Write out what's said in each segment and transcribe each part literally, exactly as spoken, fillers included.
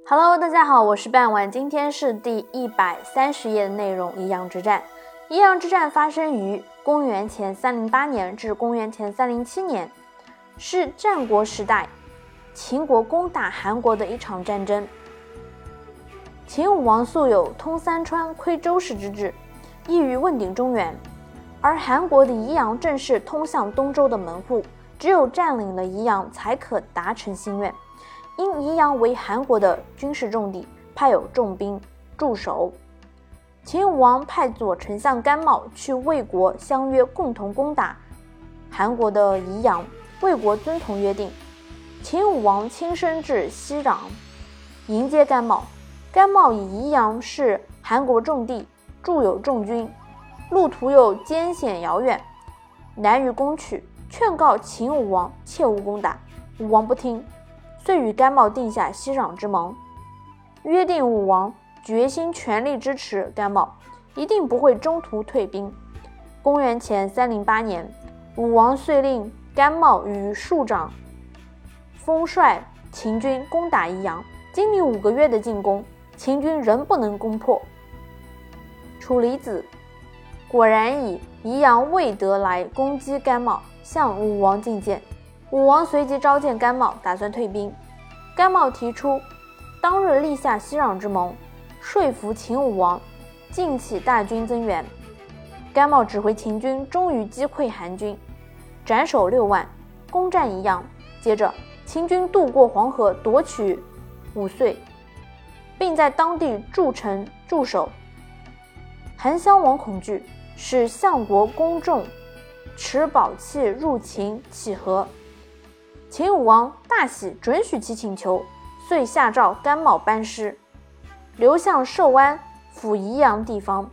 Hello， 大家好，我是半晚，今天是第一百三十页的内容，宜阳之战。宜阳之战发生于公元前三零八年至公元前三零七年，是战国时代秦国攻打韩国的一场战争。秦武王素有通三川、窥周氏之志，意欲问鼎中原，而韩国的宜阳正是通向东周的门户，只有占领了宜阳，才可达成心愿。因宜阳为韩国的军事重地，派有重兵驻守。秦武王派左丞相甘茂去魏国相约，共同攻打韩国的宜阳。魏国遵从约定，秦武王亲身至西壤迎接甘茂。甘茂以宜阳是韩国重地，驻有重军，路途又艰险遥远，难于攻取，劝告秦武王切勿攻打。武王不听，遂与甘茂定下西壤之盟，约定武王决心全力支持甘茂，一定不会中途退兵。公元前三零八年，武王遂令甘茂与庶长封率秦军攻打宜阳。经历五个月的进攻，秦军仍不能攻破。楚离子果然以宜阳未得来攻击甘茂，向武王进谏。武王随即召见甘茂，打算退兵。甘茂提出当日立下西壤之盟，说服秦武王尽起大军增援。甘茂指挥秦军终于击溃韩军，斩首六万，攻占宜阳。接着秦军渡过黄河，夺取五遂，并在当地筑城驻守。韩襄王恐惧，使相国公仲持宝器入秦乞和。秦武王大喜，准许其请求，遂下诏甘茂班师，流向寿安抚宜阳地方。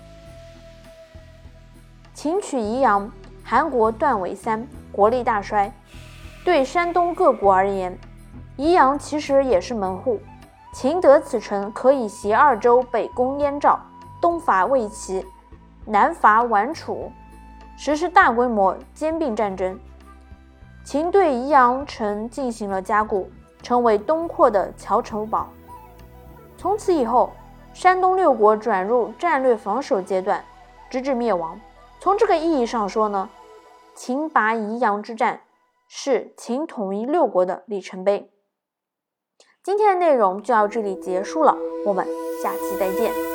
秦取宜阳，韩国断为三，国力大衰。对山东各国而言，宜阳其实也是门户。秦得此城，可以挟二州，北攻燕赵，东伐魏齐，南伐宛楚，实施大规模兼并战争。秦对宜阳城进行了加固，成为东扩的乔城堡。从此以后，山东六国转入战略防守阶段，直至灭亡。从这个意义上说呢，秦拔宜阳之战是秦统一六国的里程碑。今天的内容就到这里结束了，我们下期再见。